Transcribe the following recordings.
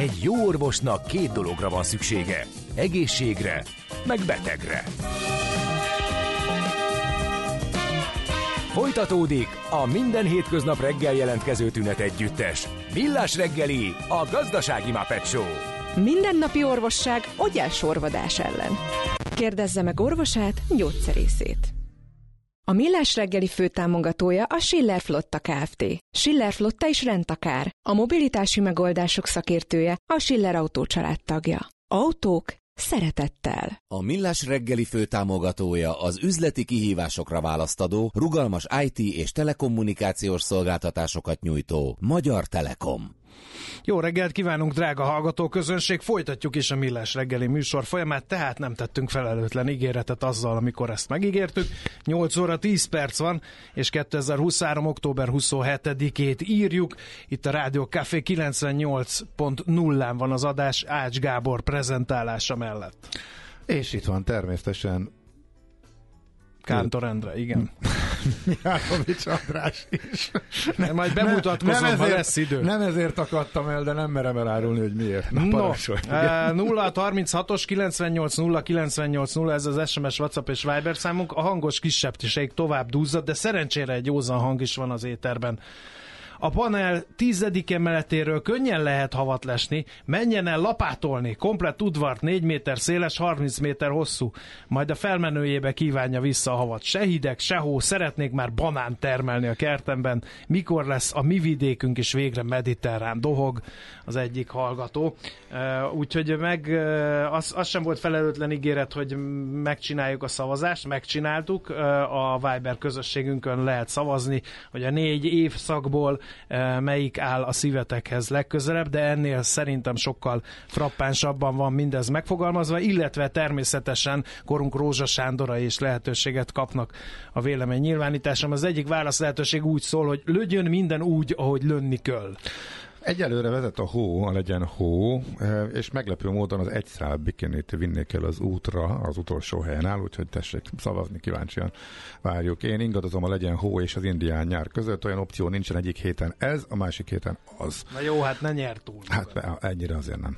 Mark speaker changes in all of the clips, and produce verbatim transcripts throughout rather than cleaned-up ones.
Speaker 1: Egy jó orvosnak két dologra van szüksége. Egészségre, meg betegre. Folytatódik a minden hétköznap reggel jelentkező tünet együttes. Millás reggeli, a gazdasági Muppet Show.
Speaker 2: Mindennapi orvosság ogyásorvadás ellen. Kérdezze meg orvosát, gyógyszerészét. A Millás reggeli főtámogatója a Schiller Flotta Kft. Schiller Flotta is rendtakár. A mobilitási megoldások szakértője, a Schiller Autó család tagja. Autók szeretettel.
Speaker 3: A Millás reggeli főtámogatója az üzleti kihívásokra választadó, rugalmas i té és telekommunikációs szolgáltatásokat nyújtó Magyar Telekom.
Speaker 4: Jó reggelt kívánunk, drága hallgatóközönség! Folytatjuk is a Millás reggeli műsor folyamát, tehát nem tettünk felelőtlen ígéretet azzal, amikor ezt megígértük. nyolc óra tíz perc van, és kétezer-huszonhárom. október huszonhetedikét írjuk. Itt a Rádió Café kilencvennyolc pont nullán van az adás Ács Gábor prezentálása mellett.
Speaker 5: És itt van természetesen
Speaker 4: Kántor Endre, igen.
Speaker 5: Mihálovics András is.
Speaker 4: Nem, majd bemutatkozom, ha lesz idő.
Speaker 5: Nem ezért akadtam el, de nem merem elárulni, hogy miért. Na,
Speaker 4: no, nulla harminchatos kilencvennyolc nulla kilencvennyolc nulla, ez az es em es, WhatsApp és Viber számunk. A hangos kisebbség tovább dúzzad, de szerencsére egy józan hang is van az éterben. A panel tizedik emeletéről könnyen lehet havat lesni, menjen el lapátolni, komplett udvart, négy méter széles, harminc méter hosszú, majd a felmenőjébe kívánja vissza a havat. Se hideg, se hó, szeretnék már banánt termelni a kertemben, mikor lesz a mi vidékünk is végre mediterrán, dohog az egyik hallgató. Úgyhogy meg az, az sem volt felelőtlen ígéret, hogy megcsináljuk a szavazást, megcsináltuk, a Viber közösségünkön lehet szavazni, hogy a négy évszakból melyik áll a szívetekhez legközelebb, de ennél szerintem sokkal frappánsabban van mindez megfogalmazva, illetve természetesen korunk Rózsa Sándora is lehetőséget kapnak a vélemény nyilvánításra. Az egyik válasz lehetőség úgy szól, hogy lőjön minden úgy, ahogy lönni kell.
Speaker 5: Egyelőre vezet a hó, a legyen hó, és meglepő módon az egy szál bikinit vinnék el az útra, az utolsó helyen áll, úgyhogy tessék szavazni, kíváncsian várjuk. Én ingadozom a legyen hó és az indián nyár között, olyan opció nincsen, egyik héten ez, a másik héten az.
Speaker 4: Na jó, hát ne nyer túl.
Speaker 5: Hát ennyire azért nem.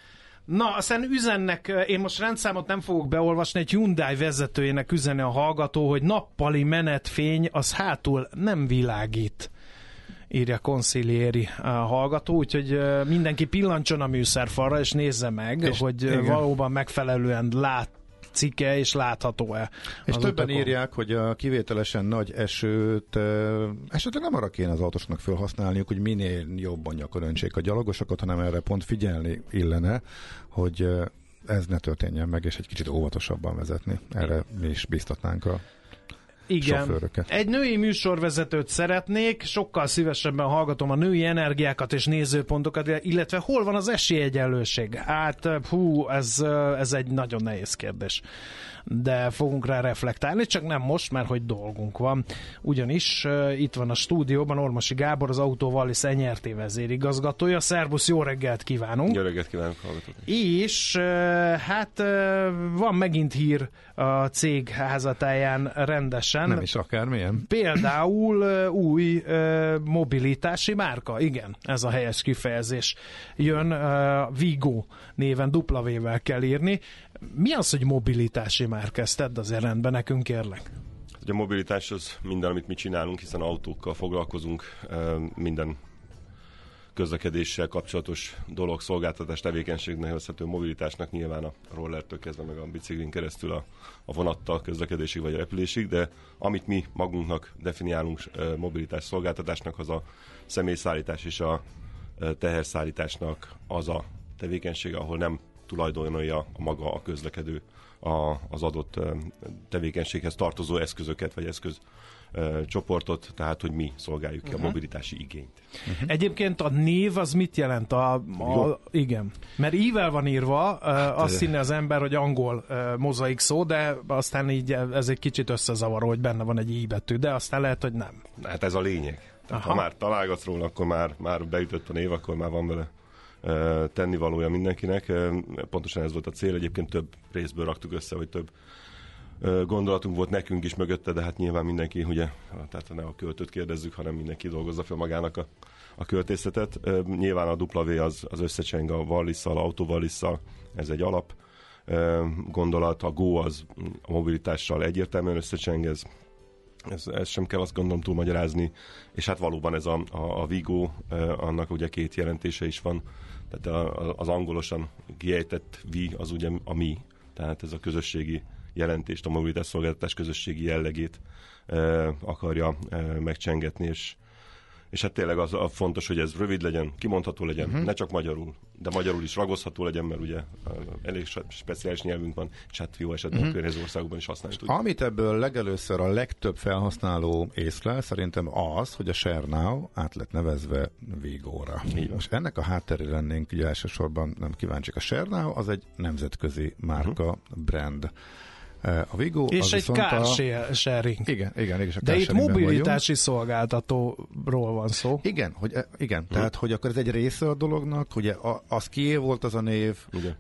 Speaker 4: Na, aztán üzennek, én most rendszámot nem fogok beolvasni, egy Hyundai vezetőjének üzeni a hallgató, hogy nappali menetfény az hátul nem világít, írja Consiglieri a hallgató, úgyhogy mindenki pillancson a műszerfalra, és nézze meg, és hogy igen, valóban megfelelően látszik-e, és látható-e.
Speaker 5: És többen
Speaker 4: utakon
Speaker 5: írják, hogy a kivételesen nagy esőt esetleg nem arra kéne az autósnak felhasználniuk, hogy minél jobban nyaköröntsék a gyalogosokat, hanem erre pont figyelni illene, hogy ez ne történjen meg, és egy kicsit óvatosabban vezetni. Erre mi is biztatnánk a
Speaker 4: Igen.
Speaker 5: sofőröket.
Speaker 4: Egy női műsorvezetőt szeretnék, sokkal szívesebben hallgatom a női energiákat és nézőpontokat, illetve hol van az esélyegyenlőség? Hát, hú, ez, ez egy nagyon nehéz kérdés. De fogunk rá reflektálni, csak nem most, mert hogy dolgunk van. Ugyanis uh, itt van a stúdióban Ormosi Gábor, az Autóvallis en er té vezérigazgatója. Szerbusz, jó reggelt kívánunk!
Speaker 6: Jó reggelt kívánok, hallgatók!
Speaker 4: És uh, hát uh, van megint hír a cég házatáján rendesen.
Speaker 5: Nem is akármilyen.
Speaker 4: Például uh, új uh, mobilitási márka, igen, ez a helyes kifejezés jön, uh, Vigo néven, dupla V-vel kell írni. Mi az, hogy mobilitási márka? Ezt tedd azért rendbe nekünk, kérlek.
Speaker 6: A mobilitás az minden, amit mi csinálunk, hiszen autókkal foglalkozunk, minden közlekedéssel kapcsolatos dolog, szolgáltatás, tevékenységnek nevezhető mobilitásnak nyilván a rollertől kezdve meg a biciklin keresztül a, a vonattal közlekedésig vagy a repülésig, de amit mi magunknak definiálunk mobilitás szolgáltatásnak, az a személyszállítás és a teherszállításnak az a tevékenysége, ahol nem tulajdonolja a maga a közlekedő a, az adott tevékenységhez tartozó eszközöket, vagy eszköz csoportot, tehát hogy mi szolgáljuk ki uh-huh. a mobilitási igényt.
Speaker 4: Uh-huh. Egyébként a név az mit jelent? A, a, igen. Mert ível van írva, hát, azt hinne az ember, hogy angol uh, mozaik szó, de aztán így ez egy kicsit összezavaró, hogy benne van egy i betű, de aztán lehet, hogy nem.
Speaker 6: Hát ez a lényeg. Tehát ha már találgatsz róla, akkor már, már beütött a név, akkor már van vele uh, tennivalója mindenkinek. Uh, pontosan ez volt a cél, egyébként több részből raktuk össze, vagy több gondolatunk volt nekünk is mögötte, de hát nyilván mindenki, ugye, tehát ne a költőt kérdezzük, hanem mindenki dolgozza fel magának a, a költészetet. Nyilván a dupla V az, az összecseng a Wallis-szal, Auto Wallis-szal, ez egy alap gondolat, a Go az a mobilitással egyértelműen összecseng, ez, ez, ez sem kell azt gondolom túl magyarázni, és hát valóban ez a, a, a Vigo, annak ugye két jelentése is van, tehát az angolosan kiejtett V az ugye a mi, tehát ez a közösségi jelentést, a mobilitás szolgáltatás közösségi jellegét akarja megcsengetni, és És hát tényleg az a fontos, hogy ez rövid legyen, kimondható legyen, uh-huh. ne csak magyarul, de magyarul is ragozható legyen, mert ugye elég speciális nyelvünk van, és hát jó esetben uh-huh. a környező országokban is használni tudjuk.
Speaker 5: Amit ebből legelőször a legtöbb felhasználó észlel, szerintem az, hogy a ShareNow át lett nevezve Vigóra. Most ennek a hátterére lennénk ugye elsősorban nem kíváncsiak. A ShareNow az egy nemzetközi márka, uh-huh. brand. A Vigo,
Speaker 4: és
Speaker 5: az
Speaker 4: egy car sharing.
Speaker 5: Igen, igen, igen.
Speaker 4: De itt mobilitási szolgáltatóról van szó.
Speaker 5: Igen, hogy, igen hmm. tehát hogy akkor ez egy része a dolognak, hogy az kié volt az a név, igen.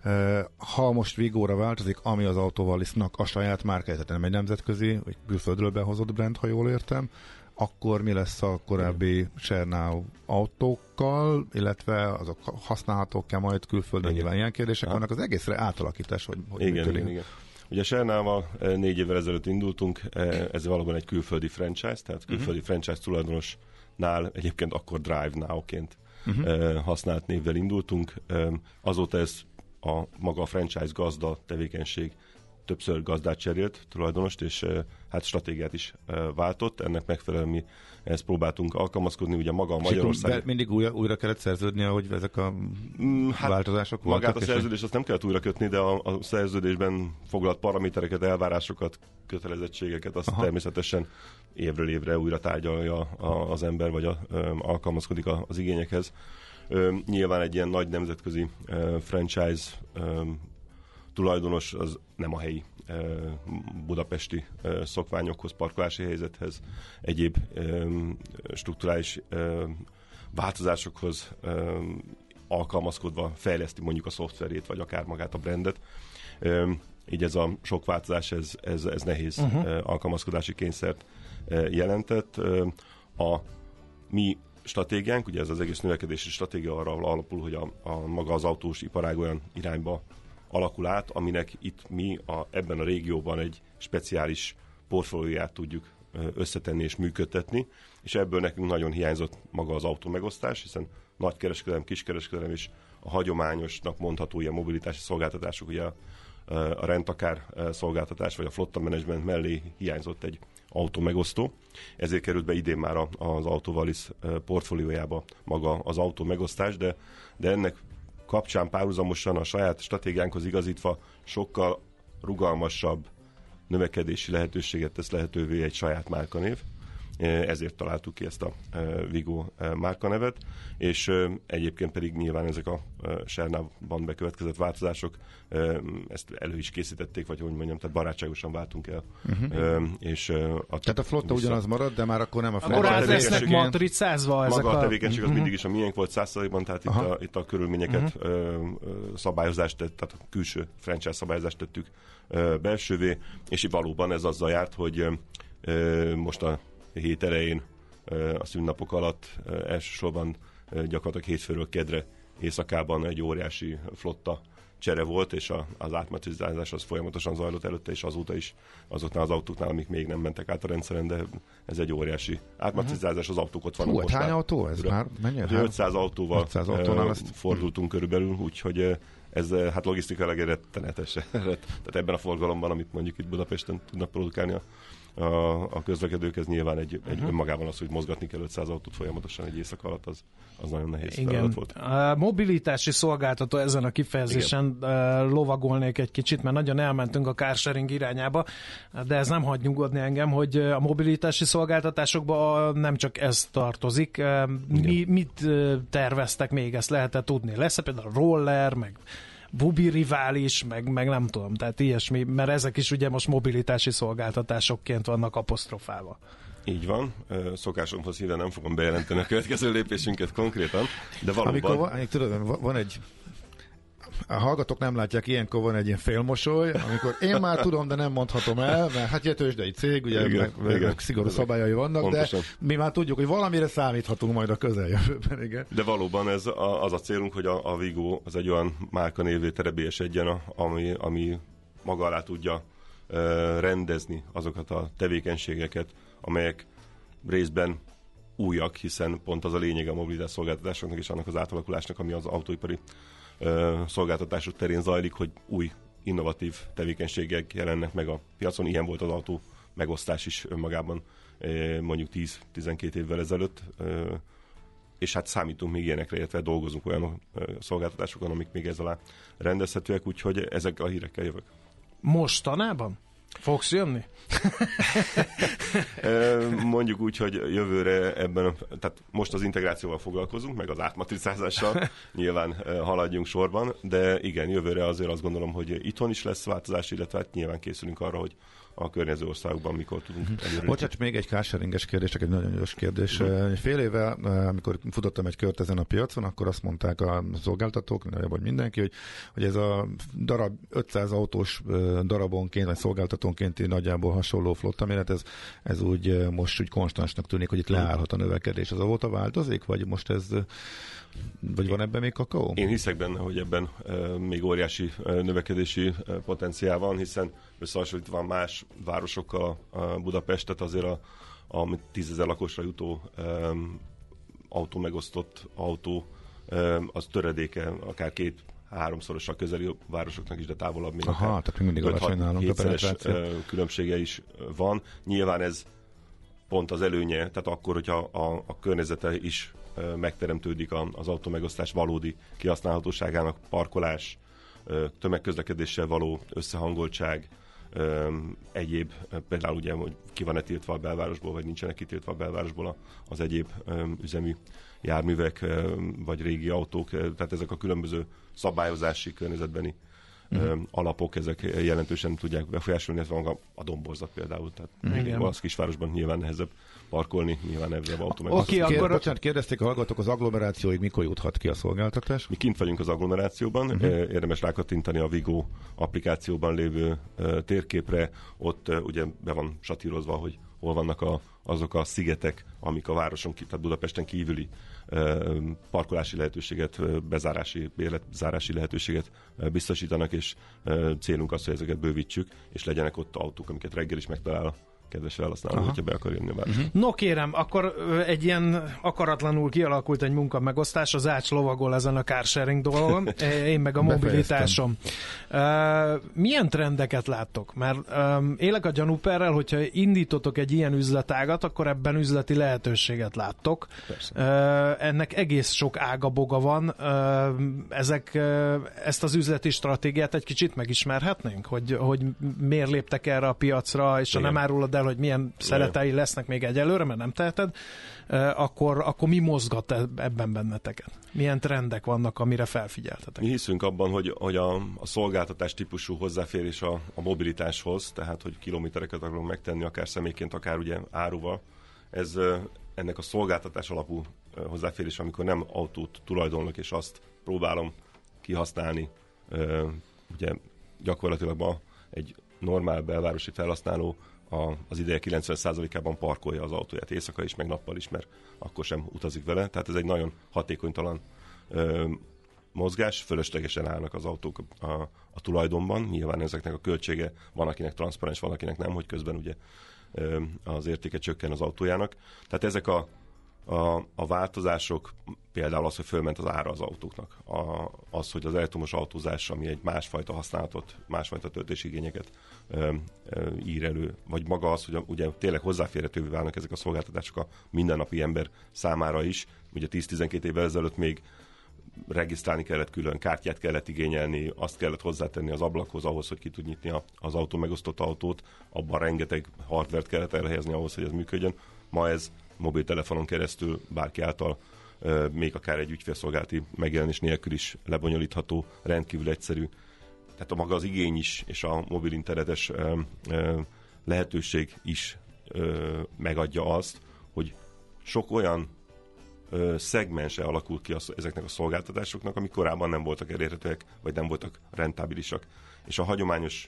Speaker 5: Ha most Vigóra változik, ami az Autovalisnak a saját márkája, tehát nem egy nemzetközi, vagy külföldről behozott brand, ha jól értem, akkor mi lesz a korábbi ShareNow autókkal, illetve azok használhatók-e majd külföldön, nyilván ilyen kérdések ha. vannak, az egészre átalakítás, hogy, hogy
Speaker 6: igen, igen, igen. Ugye ShareNow-val négy évvel ezelőtt indultunk, ez valóban egy külföldi franchise, tehát külföldi uh-huh. franchise tulajdonosnál egyébként akkor DriveNow-ként uh-huh. használt névvel indultunk. Azóta ez a maga a franchise gazda tevékenység többször gazdát cserélt, tulajdonost, és hát stratégiát is váltott. Ennek megfelelően mi ezt próbáltunk alkalmazkodni, ugye maga a Magyarország...
Speaker 5: Mindig újra, újra kellett szerződni, ahogy ezek a hát változások voltak?
Speaker 6: Magát a szerződést azt nem kellett újra kötni, de a, a szerződésben foglalt paramétereket, elvárásokat, kötelezettségeket, azt Aha. természetesen évről évre újra tárgyalja a, az ember, vagy a, ö, alkalmazkodik a, az igényekhez. Ö, nyilván egy ilyen nagy nemzetközi ö, franchise ö, tulajdonos az nem a helyi e, budapesti e, szokványokhoz, parkolási helyzethez, egyéb e, strukturális e, változásokhoz e, alkalmazkodva fejleszti mondjuk a szoftverét, vagy akár magát a brandet. E, így ez a sok változás, ez, ez, ez nehéz uh-huh. e, alkalmazkodási kényszert e, jelentett. E, a mi stratégiánk, ugye ez az egész növekedési stratégia arra alapul, hogy a, a maga az autós iparág olyan irányba alakul át, aminek itt mi a, ebben a régióban egy speciális portfólióját tudjuk összetenni és működtetni, és ebből nekünk nagyon hiányzott maga az autómegosztás, hiszen nagykereskedelem, kiskereskedelem és a hagyományosnak mondható ilyen mobilitási szolgáltatások, ugye a, a rendtakár szolgáltatás vagy a flotta menedzsment mellé hiányzott egy autómegosztó. Ezért került be idén már az Autovalis portfóliójába maga az autómegosztás, de, de ennek kapcsán párhuzamosan a saját stratégiánkhoz igazítva sokkal rugalmasabb növekedési lehetőséget tesz lehetővé egy saját márkanév. Ezért találtuk ki ezt a Vigo márkanevet, és egyébként pedig nyilván ezek a ShareNow-ban bekövetkezett változások ezt elő is készítették, vagy hogy mondjam, tehát barátságosan váltunk el. Uh-huh. És a
Speaker 5: tehát a flotta vissza... ugyanaz marad, de már akkor nem a flotta.
Speaker 4: Akkor át lesznek matricázva ezek
Speaker 6: maga
Speaker 4: a...
Speaker 6: a tevékenység az uh-huh. mindig is a miénk volt száz százalékban, tehát itt a, itt a körülményeket uh-huh. szabályozást tett, tehát a külső franchise szabályozást tettük belsővé, és valóban ez azzal járt, hogy most a hét elején, a szünnapok alatt elsősorban gyakorlatilag hétfőről kedre éjszakában egy óriási flotta csere volt, és a, az átmatricázás az folyamatosan zajlott előtte, és azóta is azoknál az autóknál, amik még nem mentek át a rendszeren, de ez egy óriási átmatricázás, az autók ott vannak.
Speaker 5: Hú, most hány már. Autó ez már? Mennyire?
Speaker 6: ötszáz autóval
Speaker 5: ötszáz autónál ezt...
Speaker 6: fordultunk körülbelül, úgyhogy ez hát logisztikailag rettenetes. Tehát ebben a forgalomban, amit mondjuk itt Budapesten tudnak produkálni a A, a közlekedők, ez nyilván egy, egy uh-huh. önmagában az, hogy mozgatni kell ötszáz autót folyamatosan egy éjszaka alatt, az, az nagyon nehéz
Speaker 4: Igen.
Speaker 6: feladat volt.
Speaker 4: A mobilitási szolgáltató ezen a kifejezésen Igen. lovagolnék egy kicsit, mert nagyon elmentünk a carsharing irányába, de ez nem hagy nyugodni engem, hogy a mobilitási szolgáltatásokban nem csak ez tartozik. Mi, mit terveztek még, ezt lehet-e tudni? Lesz-e például roller, meg bubi rivális, meg, meg nem tudom, tehát ilyesmi, mert ezek is ugye most mobilitási szolgáltatásokként vannak apostrofálva.
Speaker 6: Így van, szokásomhoz híven nem fogom bejelenteni a következő lépésünket konkrétan, de valóban...
Speaker 5: Amikor van, tudod, van egy A hallgatók nem látják, ilyenkor van egy ilyen félmosoly, amikor én már tudom, de nem mondhatom el, mert hát egy tőzsdei cég, ugye
Speaker 6: igen,
Speaker 5: meg,
Speaker 6: igen.
Speaker 5: meg szigorú szabályai vannak, pontosan. De mi már tudjuk, hogy valamire számíthatunk majd a közeljövőben, igen.
Speaker 6: De valóban ez a, az a célunk, hogy a, a Vigo az egy olyan márkanévé terebélyesedjen, ami, ami maga alá tudja uh, rendezni azokat a tevékenységeket, amelyek részben újak, hiszen pont az a lényeg a mobilitás szolgáltatásoknak és annak az átalakulásnak, ami az autóipari uh, szolgáltatások terén zajlik, hogy új, innovatív tevékenységek jelennek meg a piacon. Ilyen volt az autó megosztás is önmagában uh, mondjuk tíz-tizenkét évvel ezelőtt, uh, és hát számítunk még ilyenekre, illetve dolgozunk olyan uh, szolgáltatásokon, amik még ezzel rendezhetőek, úgyhogy ezek a hírekkel jövök.
Speaker 4: Mostanában? Fogsz jönni?
Speaker 6: Mondjuk úgy, hogy jövőre ebben, tehát most az integrációval foglalkozunk, meg az átmatricázással, nyilván haladjunk sorban, de igen, jövőre azért azt gondolom, hogy itthon is lesz változás, illetve hát nyilván készülünk arra, hogy a környező országokban mikor tudunk előre.
Speaker 5: Bocsánat, még egy carsharinges kérdés, csak egy nagyon gyors kérdés. Uh-huh. Fél éve, amikor futottam egy kört ezen a piacon, akkor azt mondták a szolgáltatók, vagy mindenki, hogy, hogy ez a darab ötszáz autós darabonként, vagy szolgáltatónként nagyjából hasonló flotta méret, ez, ez úgy most úgy konstansnak tűnik, hogy itt leállhat a növekedés. Az óta változik, vagy most ez vagy van ebben még kakaó?
Speaker 6: Én hiszek benne, hogy ebben e, még óriási e, növekedési e, potenciál van, hiszen összehasonlítva más városokkal a Budapestet azért a, a tízezer lakosra jutó e, autó megosztott autó e, az töredéke akár két háromszorosan közeli városoknak is, de távolabb még.
Speaker 5: Aha, tehát még mindig alacsony nálunk a penetráció.
Speaker 6: Különbsége is van. Nyilván ez pont az előnye, tehát akkor, hogyha a, a környezete is megteremtődik az autómegosztás valódi kihasználhatóságának, parkolás, tömegközlekedéssel való összehangoltság, egyéb, például ugye, hogy ki van-e tiltva a belvárosból, vagy nincsenek kitiltva a belvárosból az egyéb üzemű járművek, vagy régi autók, tehát ezek a különböző szabályozási környezetbeni uh-huh. alapok, ezek jelentősen tudják befolyásolni, ez van a domborzat például, tehát uh-huh. még az kisvárosban nyilván nehezebb parkolni, nyilván ebben a autó meg.
Speaker 5: Oké, okay, akkor... Bocsánat, kérdezték a hallgatók, az agglomerációig mikor juthat ki a szolgáltatás?
Speaker 6: Mi kint vagyunk az agglomerációban, uh-huh. érdemes rákattintani a Vigo applikációban lévő uh, térképre, ott uh, ugye be van satírozva, hogy hol vannak a, azok a szigetek, amik a városon, tehát Budapesten kívüli uh, parkolási lehetőséget, uh, bezárási, életzárási lehetőséget uh, biztosítanak, és uh, célunk az, hogy ezeket bővítsük, és legyenek ott autók, amiket reggel is megtalál a kedves felhasználó, hogyha be akar jönni a városba.
Speaker 4: Uh-huh. No kérem, akkor egy ilyen akaratlanul kialakult egy munkamegosztás, az Ács lovagol ezen a carsharing dolgon, én meg a mobilitásom. Uh, milyen trendeket láttok? Mert um, élek a gyanúperrel, hogyha indítotok egy ilyen üzletágat, akkor ebben üzleti lehetőséget láttok. Uh, ennek egész sok ágaboga van. Uh, ezek, uh, ezt az üzleti stratégiát egy kicsit megismerhetnénk? Hogy, hogy miért léptek erre a piacra, és ha nem árulod el, hogy milyen szeretei lesznek még egyelőre, mert nem teheted, akkor, akkor mi mozgat ebben benneteket? Milyen trendek vannak, amire felfigyeltetek?
Speaker 6: Mi hiszünk abban, hogy, hogy a, a szolgáltatás típusú hozzáférés a, a mobilitáshoz, tehát hogy kilométereket akarunk megtenni, akár személyként, akár ugye áruval, ez ennek a szolgáltatás alapú hozzáférés, amikor nem autót tulajdonlok, és azt próbálom kihasználni, ugye gyakorlatilag ma egy normál belvárosi felhasználó A, az ideje kilencven százalékában parkolja az autóját éjszaka is, meg nappal is, mert akkor sem utazik vele. Tehát ez egy nagyon hatékonytalan ö, mozgás, fölöslegesen állnak az autók a, a tulajdonban. Nyilván ezeknek a költsége van, akinek transzparens, van, akinek nem, hogy közben ugye ö, az értéke csökken az autójának. Tehát ezek a, a, a változások, például az, hogy fölment az ára az autóknak, a, az, hogy az elektromos autózás, ami egy másfajta használatot, másfajta töltésigényeket ö, ö, ír elő, vagy maga az, hogy a, ugye tényleg hozzáférhetővé válnak ezek a szolgáltatások a mindennapi ember számára is. Ugye tíz-tizenkét évvel ezelőtt még regisztrálni kellett külön, kártyát kellett igényelni, azt kellett hozzátenni az ablakhoz ahhoz, hogy ki tud nyitni a, az autó megosztott autót, abban rengeteg hardvert kellett elhelyezni ahhoz, hogy ez működjön. Ma ez mobiltelefonon keresztül bárki által, még akár egy ügyfélszolgálati megjelenés nélkül is lebonyolítható, rendkívül egyszerű. Tehát a maga az igény is, és a mobil internetes lehetőség is megadja azt, hogy sok olyan ö, szegmense alakul ki az, ezeknek a szolgáltatásoknak, amik korábban nem voltak elérhetőek, vagy nem voltak rentábilisak. És a hagyományos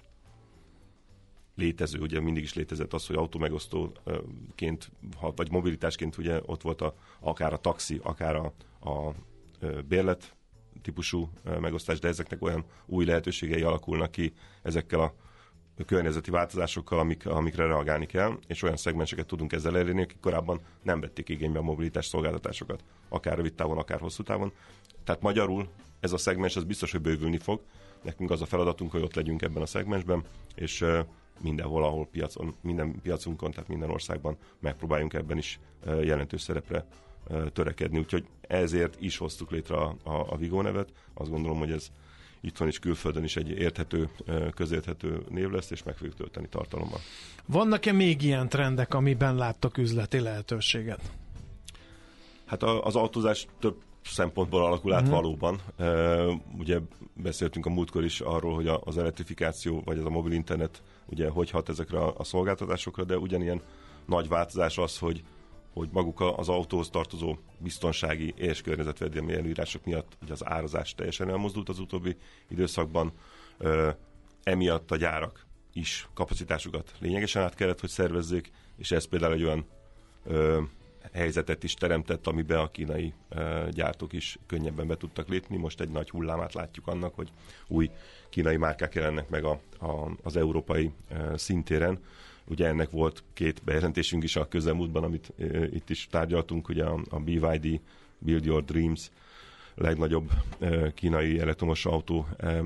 Speaker 6: létező, ugye mindig is létezett az, hogy autómegosztóként, vagy mobilitásként ugye ott volt a, akár a taxi, akár a, a bérlet típusú megosztás, de ezeknek olyan új lehetőségei alakulnak ki ezekkel a környezeti változásokkal, amik, amikre reagálni kell, és olyan szegmenseket tudunk ezzel elérni, akik korábban nem vették igénybe a mobilitás szolgáltatásokat, akár rövid távon, akár hosszú távon. Tehát magyarul ez a szegmens az biztos, hogy bővülni fog. Nekünk az a feladatunk, hogy ott legyünk ebben a szegmensben, és mindenhol, ahol piacon, minden piacunkon, tehát minden országban megpróbáljunk ebben is jelentős szerepre törekedni. Úgyhogy ezért is hoztuk létre a, a, a Vigo nevet. Azt gondolom, hogy ez itthon is, külföldön is egy érthető, közérthető név lesz, és meg fogjuk tölteni tartalommal.
Speaker 4: Vannak-e még ilyen trendek, amiben láttok üzleti lehetőséget?
Speaker 6: Hát az autózás több szempontból alakul át uh-huh. valóban. Ugye beszéltünk a múltkor is arról, hogy az elektrifikáció, vagy az a mobil internet ugye hogy hat ezekre a, a szolgáltatásokra, de ugyanilyen nagy változás az, hogy hogy maguk az autóhoz tartozó biztonsági és környezetvédelmi előírások miatt ugye az árazás teljesen elmozdult az utóbbi időszakban. Ö, emiatt a gyárak is kapacitásukat lényegesen át kellett, hogy szervezzék, és ez például egy olyan ö, helyzetet is teremtett, amiben a kínai ö, gyártók is könnyebben be tudtak lépni. Most egy nagy hullámát látjuk annak, hogy új kínai márkák jelennek meg a, a, az európai ö, szintéren. Ugye ennek volt két bejelentésünk is a közelmúltban, amit e, itt is tárgyaltunk, ugye a, a bé vé dé, Build Your Dreams, legnagyobb e, kínai elektromos autó e, e,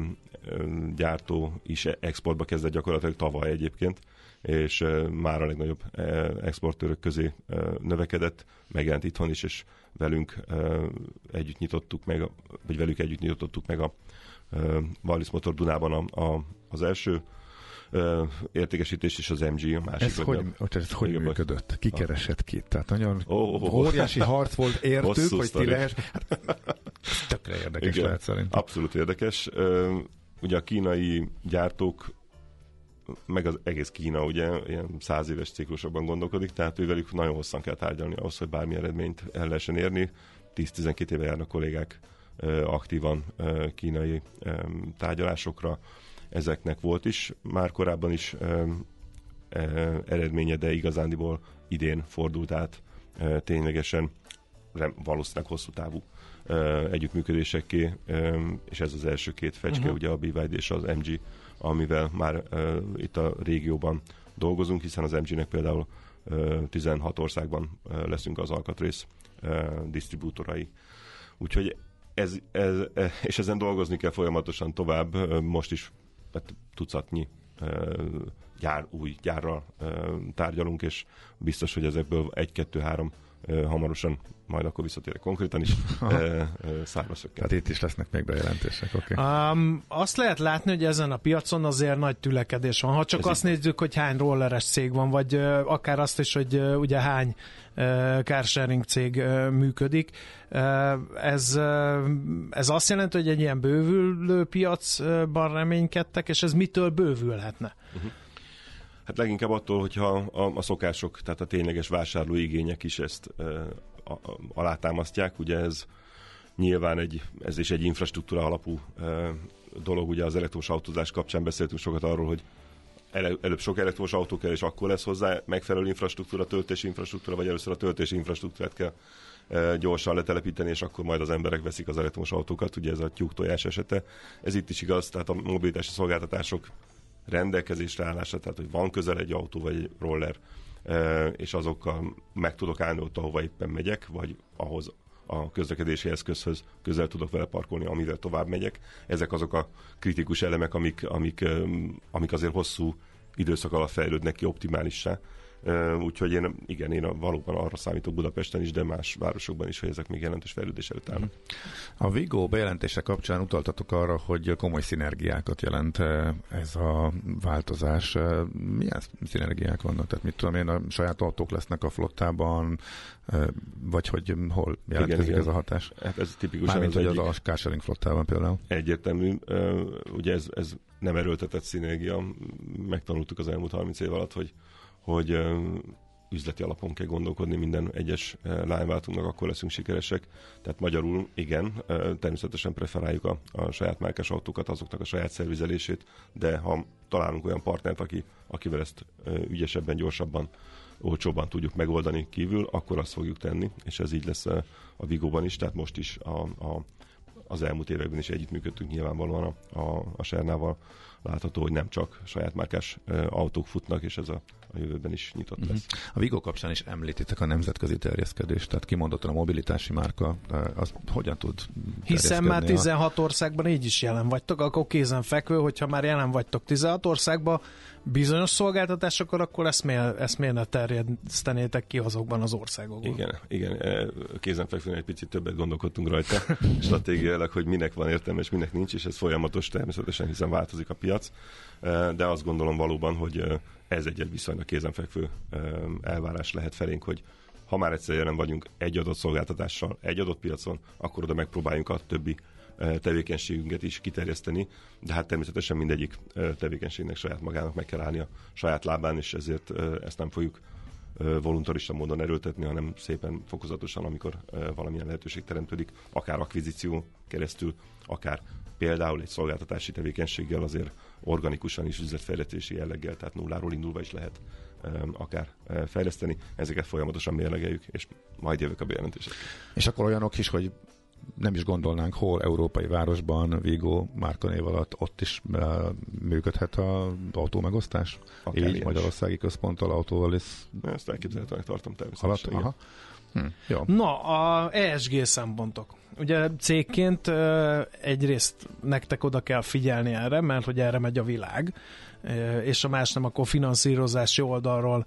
Speaker 6: gyártó is exportba kezdett gyakorlatilag tavaly egyébként, és e, már a legnagyobb e, exportőrök közé e, növekedett, megjelent itthon is, és velünk e, együtt nyitottuk meg, vagy velük együtt nyitottuk meg a e, Wallis Motor Dunában a, a, az első Uh, értékesítés is az em gé, a másik.
Speaker 5: Ez hogy, a, ez hogy működött? Ki keresett ki? Tehát nagyon oh, oh, oh. óriási harc volt értük, hogy ti lehess. Hát, tökre érdekes igen, lehet szerintem.
Speaker 6: Abszolút érdekes. Uh, ugye a kínai gyártók, meg az egész Kína ugye ilyen száz éves ciklusokban gondolkodik, tehát ővelük nagyon hosszan kell tárgyalni ahhoz, hogy bármi eredményt el lehessen érni. tíz-tizenkét éve járnak kollégák uh, aktívan uh, kínai um, tárgyalásokra. Ezeknek volt is már korábban is e, e, eredménye, de igazándiból idén fordult át e, ténylegesen rem, valószínűleg hosszú távú e, együttműködésekké, e, és ez az első két fecske, uh-huh. ugye a bé vé dé és az em gé, amivel már e, itt a régióban dolgozunk, hiszen az em gének például e, tizenhat országban e, leszünk az alkatrész e, disztribútorai. Úgyhogy ez, ez, e, és ezen dolgozni kell folyamatosan tovább, e, most is tucatnyi gyár, új gyárral tárgyalunk, és biztos, hogy ezekből egy-kettő-három hamarosan, majd akkor visszatérek konkrétan is, szárba szökken.
Speaker 5: Tehát itt is lesznek még bejelentések, oké. Okay.
Speaker 4: Um, azt lehet látni, hogy ezen a piacon azért nagy tülekedés van. Ha csak Ez azt így... nézzük, hogy hány rolleres cég van, vagy uh, akár azt is, hogy uh, ugye hány uh, carsharing cég uh, működik. Uh, ez, uh, ez azt jelenti, hogy egy ilyen bővülő piacban reménykedtek, és ez mitől bővülhetne? Uh-huh.
Speaker 6: Hát leginkább attól, hogyha a, a szokások, tehát a tényleges vásárlói igények is ezt e, a, a, alátámasztják. Ugye ez nyilván egy, ez is egy infrastruktúra alapú e, dolog. Ugye az elektromos autózás kapcsán beszéltünk sokat arról, hogy ele, előbb sok elektromos autó kell, és akkor lesz hozzá megfelelő infrastruktúra, töltési infrastruktúra, vagy először a töltési infrastruktúrát kell e, gyorsan letelepíteni, és akkor majd az emberek veszik az elektromos autókat. Ugye ez a tyúk-tojás esete. Ez itt is igaz, tehát a mobilitási szolgáltatások rendelkezésre állása, tehát hogy van közel egy autó vagy egy roller, és azokkal meg tudok állni ott, ahova éppen megyek, vagy ahhoz a közlekedési eszközhöz közel tudok vele parkolni, amivel tovább megyek. Ezek azok a kritikus elemek, amik, amik, amik azért hosszú időszak alatt fejlődnek ki optimálissá. Úgyhogy én, igen, én valóban arra számítok Budapesten is, de más városokban is, hogy ezek még jelentős fejlődés előtt állnak.
Speaker 5: A Vigo bejelentése kapcsán utaltatok arra, hogy komoly szinergiákat jelent ez a változás. Milyen szinergiák vannak? Tehát mit tudom én, a saját autók lesznek a flottában, vagy hogy hol jelentkezik igen, ez igen. a hatás?
Speaker 6: Hát ez tipikusan
Speaker 5: Mármint,
Speaker 6: az
Speaker 5: hogy
Speaker 6: egyik...
Speaker 5: az a carsharing flottában például.
Speaker 6: Egyértelmű. Ugye ez, ez nem erőltetett szinergia. Megtanultuk az elmúlt harminc év alatt, hogy hogy üzleti alapon kell gondolkodni minden egyes lányváltunknak, akkor leszünk sikeresek. Tehát magyarul igen, természetesen preferáljuk a, a saját márkás autókat, azoknak a saját szervizelését, de ha találunk olyan partnert, aki, akivel ezt ügyesebben, gyorsabban, olcsóbban tudjuk megoldani kívül, akkor azt fogjuk tenni, és ez így lesz a Vigóban is, tehát most is a, a, az elmúlt években is együttműködtünk nyilvánvalóan a, a, a Sernával. Látható, hogy nem csak saját márkás autók futnak, és ez a, a jövőben is nyitott lesz.
Speaker 5: Uh-huh. A Vigó kapcsán is említitek a nemzetközi terjeszkedést, tehát kimondottan a mobilitási márka, az hogyan tud
Speaker 4: Hiszen már tizenhat országban így is jelen vagytok, akkor kézenfekvő, hogyha már jelen vagytok tizenhat országban bizonyos szolgáltatásokor, akkor ezt miért, ezt miért ne terjesztenétek ki azokban az országokban?
Speaker 6: Igen, igen, kézenfekvően egy picit többet gondolkodtunk rajta stratégiailag, hogy minek van értelme és minek nincs, és ez folyamatos természetesen, hiszen változik a piac, de azt gondolom valóban, hogy ez egy, egy viszonylag kézenfekvő elvárás lehet felénk, hogy ha már egyszer jelen vagyunk egy adott szolgáltatással, egy adott piacon, akkor oda megpróbáljunk a többi tevékenységünket is kiterjeszteni, de hát természetesen mindegyik tevékenységnek saját magának meg kell állni a saját lábán, és ezért ezt nem fogjuk voluntarista módon erőltetni, hanem szépen fokozatosan, amikor valamilyen lehetőség teremtődik, akár akvizíció keresztül, akár például egy szolgáltatási tevékenységgel azért organikusan is üzletfejlesztési jelleggel, tehát nulláról indulva is lehet akár fejleszteni. Ezeket folyamatosan mérlegeljük, és majd jövök a bejelentések.
Speaker 5: És akkor olyanok is, hogy nem is gondolnánk, hol európai városban, Vigó márkanév alatt ott is uh, működhet az autómegosztás? Akár így Magyarországi is. Központtal, autóval is.
Speaker 6: Ezt elképzelhetőnek tartom természetesen.
Speaker 5: Alatt, aha. Hm, jó.
Speaker 4: Na, a E S G szempontok. Ugye cégként uh, egyrészt nektek oda kell figyelni erre, mert hogy erre megy a világ, és a más nem, akkor finanszírozási oldalról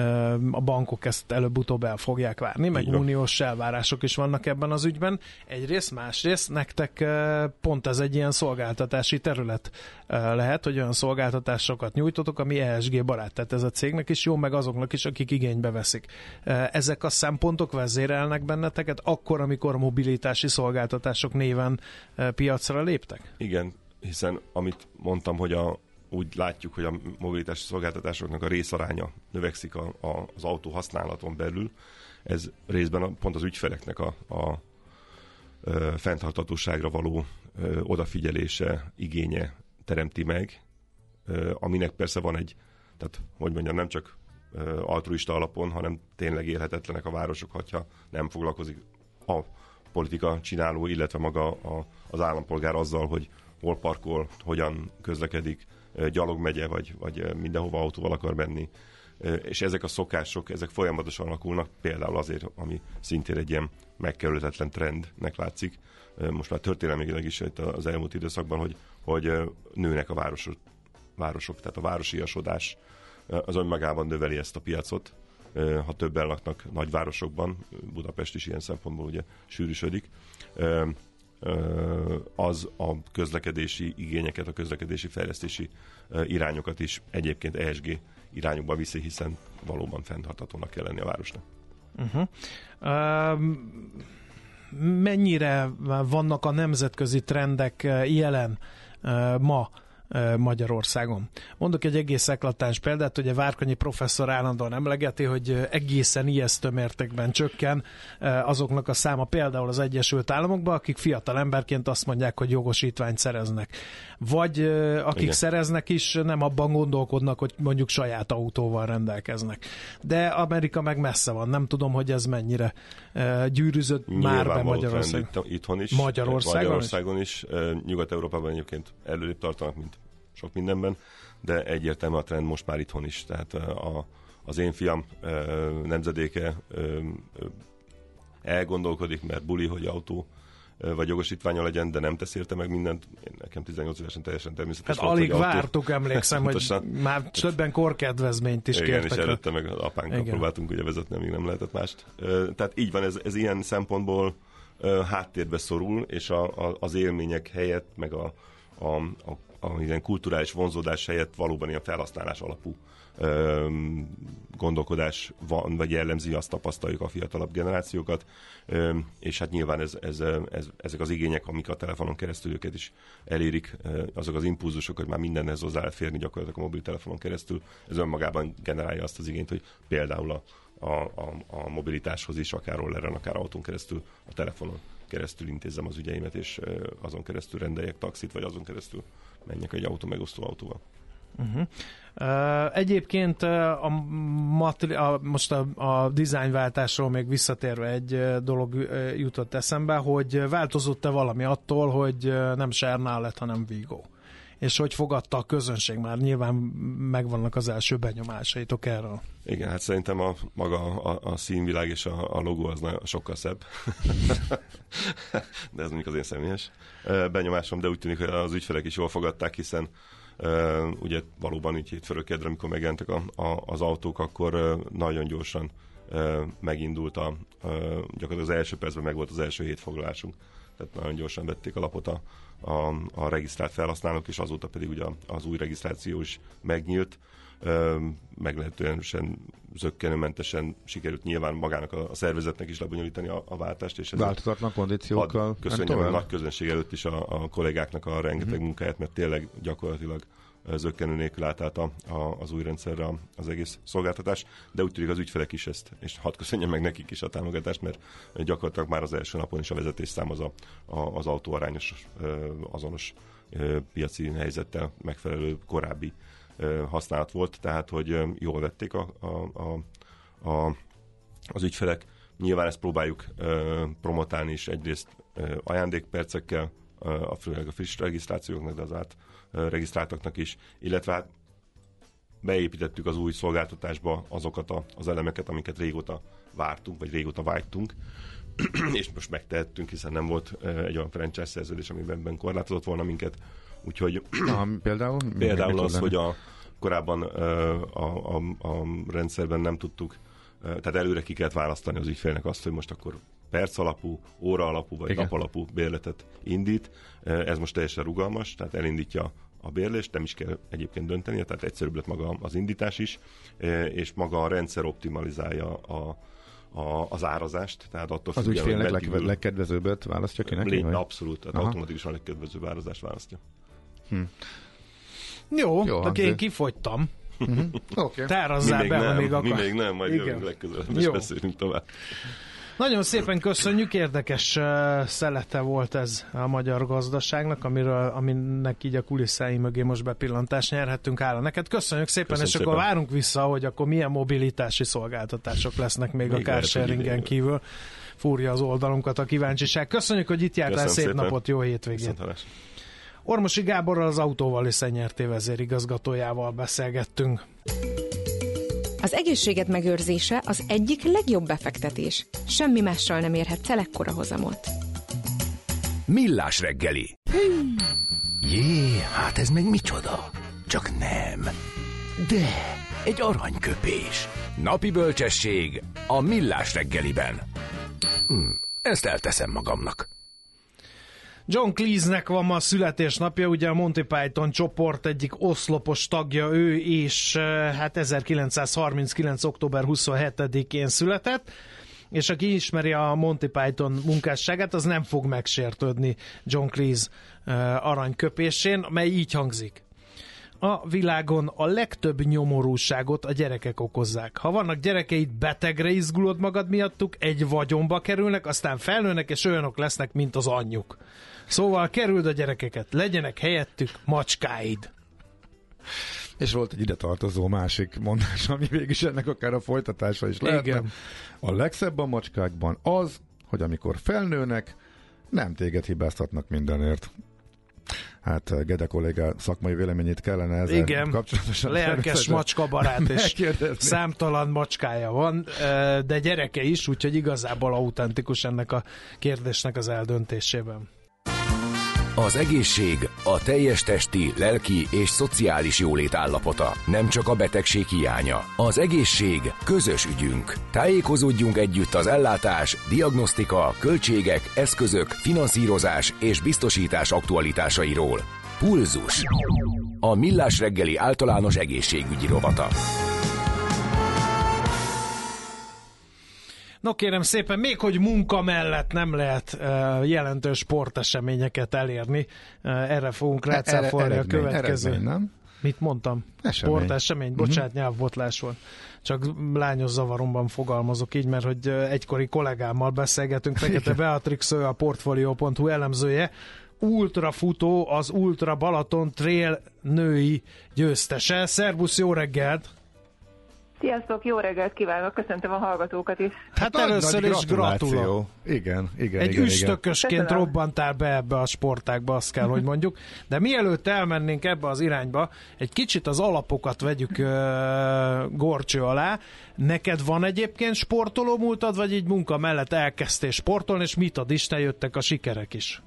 Speaker 4: a bankok ezt előbb-utóbb el fogják várni, meg uniós elvárások is vannak ebben az ügyben. Egyrészt, másrészt nektek pont ez egy ilyen szolgáltatási terület lehet, hogy olyan szolgáltatásokat nyújtotok, ami E S G barát, tehát ez a cégnek is jó, meg azoknak is, akik igénybe veszik. Ezek a szempontok vezérelnek benneteket akkor, amikor mobilitási szolgáltatások néven piacra léptek?
Speaker 6: Igen, hiszen amit mondtam, hogy a úgy látjuk, hogy a mobilitási szolgáltatásoknak a részaránya növekszik a, a, az autó használaton belül. Ez részben a, pont az ügyfeleknek a, a, a fenntarthatóságra való ö, odafigyelése, igénye teremti meg, ö, aminek persze van egy, tehát hogy mondjam, nem csak ö, altruista alapon, hanem tényleg élhetetlenek a városok, hogyha nem foglalkozik a politika csináló, illetve maga a, az állampolgár azzal, hogy hol parkol, hogyan közlekedik, gyalog megye, vagy, vagy mindenhova autóval akar menni. És ezek a szokások, ezek folyamatosan alakulnak, például azért, ami szintén egy ilyen megkerülhetetlen trendnek látszik. Most már történelmileg is az elmúlt időszakban, hogy, hogy nőnek a városok, városok, tehát a városiasodás az önmagában növeli ezt a piacot. Ha többen laknak nagyvárosokban, Budapest is ilyen szempontból ugye sűrűsödik, az a közlekedési igényeket, a közlekedési fejlesztési irányokat is egyébként E S G irányokba viszi, hiszen valóban fenntarthatónak kell lenni a városnak.
Speaker 4: Uh-huh. Uh, mennyire vannak a nemzetközi trendek jelen uh, ma Magyarországon? Mondok egy egész eklatáns példát, hogy a Várkonyi professzor állandóan emlegeti, hogy egészen ijesztő mértékben csökken azoknak a száma például az Egyesült Államokban, akik fiatal emberként azt mondják, hogy jogosítványt szereznek. Vagy akik Igen. szereznek is, nem abban gondolkodnak, hogy mondjuk saját autóval rendelkeznek. De Amerika meg messze van. Nem tudom, hogy ez mennyire gyűrűzött már be Magyarországon.
Speaker 6: Itthon is.
Speaker 4: Magyarországon,
Speaker 6: Magyarországon is. is. Nyugat-Európában egyébként előrébb tartanak, mint sok mindenben, de egyértelmű a trend most már itthon is. Tehát a, az én fiam nemzedéke elgondolkodik, mert buli, hogy autó vagy jogosítványa legyen, de nem tesz érte meg mindent. Én nekem tizennyolc évesen teljesen természetes
Speaker 4: hát
Speaker 6: volt,
Speaker 4: alig vártuk, autó... emlékszem, hogy már többen korkedvezményt is
Speaker 6: igen,
Speaker 4: kértek.
Speaker 6: Igen, és előtte meg az apánkkal próbáltunk ugye vezetni, amíg nem lehetett mást. Tehát így van, ez, ez ilyen szempontból háttérbe szorul, és a, a, az élmények helyett, meg a, a, a, a ilyen kulturális vonzódás helyett valóban ilyen felhasználás alapú ö, gondolkodás van, vagy jellemzi, azt tapasztaljuk a fiatalabb generációkat, ö, és hát nyilván ez, ez, ez, ezek az igények, amik a telefonon keresztül őket is elérik, ö, azok az impulzusok, hogy már mindenhez hozzá lehet férni gyakorlatilag a mobiltelefonon keresztül, ez önmagában generálja azt az igényt, hogy például a a, a, a mobilitáshoz is, akár rolleren, akár autón keresztül, a telefonon keresztül intézzem az ügyeimet, és azon keresztül rendeljek taxit, vagy azon keresztül menjek egy autó megosztó autóval.
Speaker 4: Uh-huh. Uh, egyébként uh, a materi- a, most a, a dizájnváltásról még visszatérve egy dolog uh, jutott eszembe, hogy változott-e valami attól, hogy uh, nem Sernal lett, hanem Vigo. És hogy fogadta a közönség, már nyilván megvannak az első benyomásaitok erről.
Speaker 6: Igen, hát szerintem a maga a, a színvilág és a, a logó az nagyon, sokkal szebb. De ez mondjuk az én személyes benyomásom, de úgy tűnik, hogy az ügyfelek is jól fogadták, hiszen uh, ugye valóban így hétfőről kedre, amikor megjelentek a, a, az autók, akkor uh, nagyon gyorsan uh, megindult a, uh, gyakorlatilag az első percben meg volt az első hét foglalásunk. Tehát nagyon gyorsan vették a lapot a, a, a regisztrált felhasználók, és azóta pedig ugye az új regisztráció is megnyílt. Meglehetően zökkenőmentesen sikerült nyilván magának a, a szervezetnek is lebonyolítani a, a váltást. És
Speaker 5: változatlan kondíciókkal.
Speaker 6: Köszönjem a nagy közönség előtt is a, a kollégáknak a rengeteg uh-huh. munkáját, mert tényleg gyakorlatilag zökkenő nélkül átállt a, a, az új rendszerre az egész szolgáltatás, de úgy tűnik az ügyfelek is ezt, és hadd köszönjem meg nekik is a támogatást, mert gyakorlatilag már az első napon is a vezetésszám az a, a, az autó arányos, azonos piaci helyzettel megfelelő korábbi használat volt, tehát hogy jól vették a, a, a, a, az ügyfelek. Nyilván ezt próbáljuk promotálni is egyrészt ajándékpercekkel, a, főleg a friss regisztrációknak, de az át regisztráltaknak is, illetve hát beépítettük az új szolgáltatásba azokat a, az elemeket, amiket régóta vártunk, vagy régóta vágytunk, és most megtehettünk, hiszen nem volt egy olyan franchise szerződés, amiben ebben korlátozott volna minket. Úgyhogy
Speaker 5: ah, például,
Speaker 6: például az, hogy a, korábban a, a, a, a rendszerben nem tudtuk, tehát előre ki kellett választani az ügyfélnek azt, hogy most akkor perc alapú, óra alapú vagy
Speaker 5: igen.
Speaker 6: nap alapú bérletet indít. Ez most teljesen rugalmas, tehát elindítja a bérlést, nem is kell egyébként döntenie, tehát egyszerűbb lett maga az indítás is, és maga a rendszer optimalizálja a, a, az árazást. Tehát attól
Speaker 5: az
Speaker 6: függően,
Speaker 5: ügyfélnek leg, legkedvezőbbet választja ki neki?
Speaker 6: Lé, abszolút, tehát automatikusan a legkedvezőbb árazást választja.
Speaker 4: Hm. Jó, Jó oké, én kifogytam.
Speaker 5: Uh-huh. Okay.
Speaker 4: Tárazzál be, ha még akar.
Speaker 6: Mi még nem, majd jövünk legközelebb, és beszélünk tovább.
Speaker 4: Nagyon szépen köszönjük, érdekes uh, szelete volt ez a magyar gazdaságnak, amiről, aminek így a kulisszái mögé most bepillantást nyerhettünk. Hála neked, köszönjük szépen, Köszönöm és szépen. Akkor várunk vissza, hogy akkor milyen mobilitási szolgáltatások lesznek még, még a carsharingen kívül. Fúrja az oldalunkat a kíváncsiság. Köszönjük, hogy itt jártál, szép szépen. Napot, jó hétvégét! Ormosi Gáborral, az Autóval és Szennyerté vezérigazgatójával beszélgettünk.
Speaker 2: Az egészséged megőrzése az egyik legjobb befektetés. Semmi mással nem érhetsz el ekkora hozamot.
Speaker 1: Millás reggeli. Jé, hát ez meg micsoda? Csak nem. De egy aranyköpés. Napi bölcsesség a Millás reggeliben. Hm, ezt elteszem magamnak.
Speaker 4: John Cleese-nek van ma a születésnapja, ugye a Monty Python csoport egyik oszlopos tagja ő, és hát ezerkilencszázharminckilenc. október huszonhetedikén született, és aki ismeri a Monty Python munkásságát, az nem fog megsértődni John Cleese aranyköpésén, mely így hangzik. A világon a legtöbb nyomorúságot a gyerekek okozzák. Ha vannak gyerekeid, betegre izgulod magad miattuk, egy vagyonba kerülnek, aztán felnőnek, és olyanok lesznek, mint az anyjuk. Szóval kerüld a gyerekeket, legyenek helyettük macskáid.
Speaker 5: És volt egy ide tartozó másik mondás, ami végig ennek akár a folytatása is lehetne.
Speaker 4: Igen.
Speaker 5: A legszebb a macskákban az, hogy amikor felnőnek, nem téged hibáztatnak mindenért. Hát Gede kollégá szakmai véleményét kellene ezzel
Speaker 4: Igen,
Speaker 5: kapcsolatosan.
Speaker 4: lelkes macskabarát, és számtalan macskája van, de gyereke is, úgyhogy igazából autentikus ennek a kérdésnek az eldöntésében.
Speaker 1: Az egészség a teljes testi, lelki és szociális jólét állapota, nem csak a betegség hiánya. Az egészség közös ügyünk. Tájékozódjunk együtt az ellátás, diagnosztika, költségek, eszközök, finanszírozás és biztosítás aktualitásairól. Pulzus. A Millás reggeli általános egészségügyi rovata.
Speaker 4: No kérem szépen, még hogy munka mellett nem lehet uh, jelentős sporteseményeket elérni, uh, erre fogunk rácáfolni a következő.
Speaker 5: Eredmény, nem?
Speaker 4: Mit mondtam?
Speaker 5: Esemény.
Speaker 4: Sportesemény, bocsánat, uh-huh. nyelvbotlás volt. Csak lányos zavaromban fogalmazok így, mert hogy egykori kollégámmal beszélgetünk, Fekete Beatrix, ő a Portfolio pont hu elemzője, ultrafutó, az Ultra Balaton Trail női győztese. Szervusz, jó reggelt!
Speaker 7: Sziasztok, jó reggelt kívánok, köszöntöm a hallgatókat is.
Speaker 4: Hát, hát először is gratulálok.
Speaker 5: Igen, igen,
Speaker 4: Egy
Speaker 5: igen.
Speaker 4: üstökösként
Speaker 7: igen.
Speaker 4: robbantál be ebbe a sportágba, azt kell, hogy mondjuk. De mielőtt elmennénk ebbe az irányba, egy kicsit az alapokat vegyük uh, górcső alá. Neked van egyébként sportoló múltad, vagy így munka mellett elkezdtél sportolni, és mit ad Isten, jöttek a sikerek is?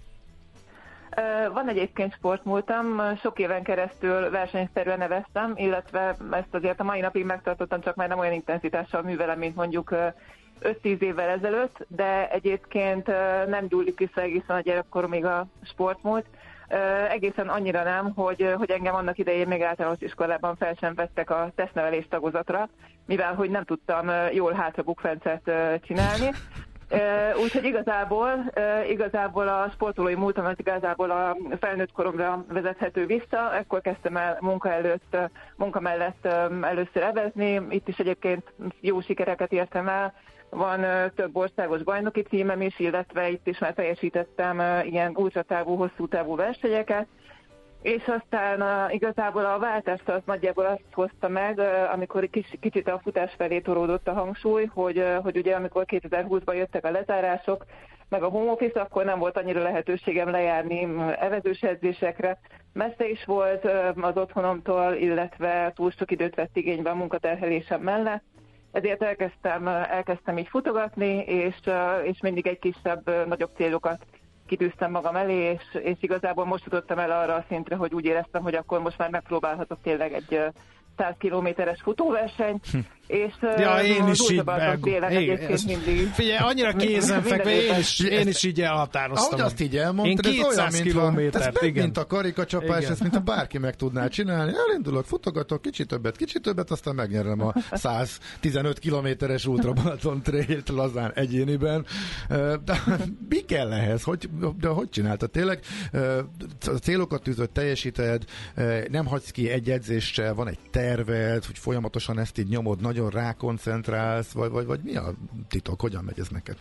Speaker 7: Van egyébként sportmúltam, sok éven keresztül versenyszerűen neveztem, illetve ezt azért a mai napig megtartottam, csak már nem olyan intenzitással művelem, mint mondjuk öt-tíz évvel ezelőtt, de egyébként nem gyúlik vissza egészen a gyerekkoromig a sportmúlt. Egészen annyira nem, hogy, hogy engem annak idején még általános iskolában fel sem vettek a tesztnevelés tagozatra, mivel hogy nem tudtam jól hátrabukfencet csinálni. Uh, úgyhogy igazából, uh, igazából a sportolói múltam az igazából a felnőtt koromra vezethető vissza. Ekkor kezdtem el munka előtt, munka mellett um, először evezni. Itt is egyébként jó sikereket értem el. Van uh, több országos bajnoki címem is, illetve itt is már teljesítettem uh, ilyen ultratávú, hosszú távú versenyeket. És aztán uh, igazából a váltást az nagyjából azt hozta meg, uh, amikor kis, kicsit a futás felé toródott a hangsúly, hogy, uh, hogy ugye amikor kétezer-húszban jöttek a lezárások, meg a home office, akkor nem volt annyira lehetőségem lejárni evezős edzésekre. Messze is volt uh, az otthonomtól, illetve túl sok időt vett igénybe a munkaterhelésem mellett. Ezért elkezdtem, elkezdtem így futogatni, és, uh, és mindig egy kisebb, uh, nagyobb célokat kitűztem magam elé, és, és igazából most jutottam el arra a szintre, hogy úgy éreztem, hogy akkor most már megpróbálhatok tényleg egy száz kilométeres futóversenyt, és
Speaker 4: ja, én is így
Speaker 7: egyébként mindig.
Speaker 4: Figyelj, annyira kézenfekve, én is, én is így elhatároztam.
Speaker 5: Ahogy azt így elmondtad,
Speaker 4: ez olyan, kilométert,
Speaker 5: ez mint a karikacsapás, ezt mint a bárki meg tudná csinálni. Elindulok, futogatok, kicsit többet, kicsit többet, aztán megnyerem a száz tizenöt kilométeres Ultra Balaton Trailt lazán egyéniben. De mi kell ehhez? Hogy, de hogy csináltad? Tényleg a célokat tűzött, teljesíted, nem hagysz ki egy edzést se, van egy terved, hogy folyamatosan ezt így nyomod, nagyon rákoncentrálsz, vagy, vagy, vagy mi a titok? Hogyan megy ez neked?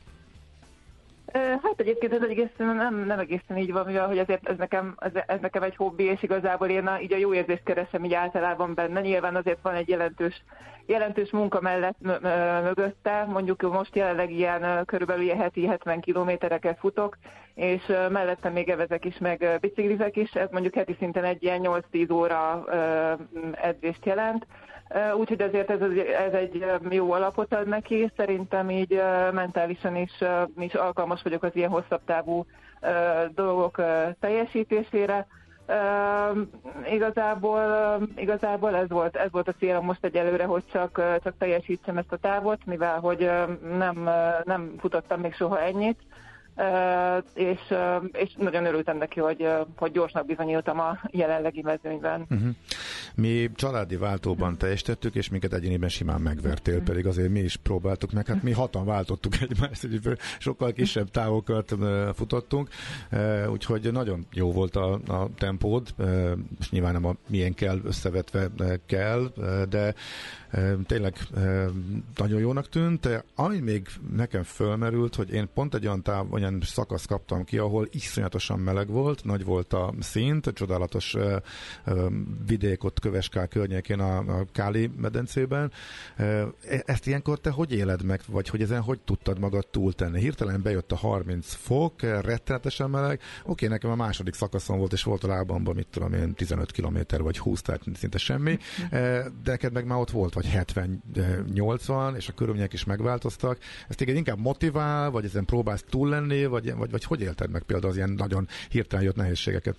Speaker 7: Hát egyébként ez egészen, nem, nem egészen így van, mivel hogy azért ez nekem, ez, ez nekem egy hobbi, és igazából én a, így a jó érzést keresem így általában benne. Nyilván azért van egy jelentős, jelentős munka mellett mögötte, mondjuk most jelenleg ilyen körülbelül ilyen heti hetven kilométereket futok, és mellette még evezek is, meg biciklizek is, ez mondjuk heti szinten egy ilyen nyolc-tíz óra edzést jelent. Úgyhogy azért ez, ez egy jó alapot ad neki, szerintem így mentálisan is, is alkalmas vagyok az ilyen hosszabb távú dolgok teljesítésére. Igazából, igazából ez volt, ez volt a célom most egyelőre, hogy csak, csak teljesítsem ezt a távot, mivel hogy nem, nem futottam még soha ennyit. Uh, és, uh, és nagyon örültem neki, hogy, uh, hogy gyorsnak bizonyultam a jelenlegi mezőnyben. Uh-huh.
Speaker 5: Mi családi váltóban teljesítettük, és minket egyéniben simán megvertél, uh-huh. pedig azért mi is próbáltuk meg, hát mi hatan váltottuk egymást, hogy sokkal kisebb távokat uh, futottunk, uh, úgyhogy nagyon jó volt a, a tempód, uh, és nyilván nem a milyen kell összevetve uh, kell, uh, de uh, tényleg uh, nagyon jónak tűnt. Ami még nekem fölmerült, hogy én pont egy olyan táv, olyan szakasz kaptam ki, ahol iszonyatosan meleg volt, nagy volt a szint, csodálatos uh, uh, vidék ott Köveskál környékén a, a Káli medencében. Uh, ezt ilyenkor te hogy éled meg, vagy hogy ezen hogy tudtad magad túltenni? Hirtelen bejött a harminc fok, rettenetesen meleg. Oké, nekem a második szakaszon volt, és volt a lábamban, mit tudom én, tizenöt kilométer vagy húsz, tehát szinte semmi. Uh, de neked meg már ott volt, vagy hetven-nyolcvan, és a körülmények is megváltoztak. Ez téged inkább motivál, vagy ezen próbálsz túl lenni, vagy, vagy, vagy hogy élted meg például az ilyen nagyon hirtelen jött nehézségeket?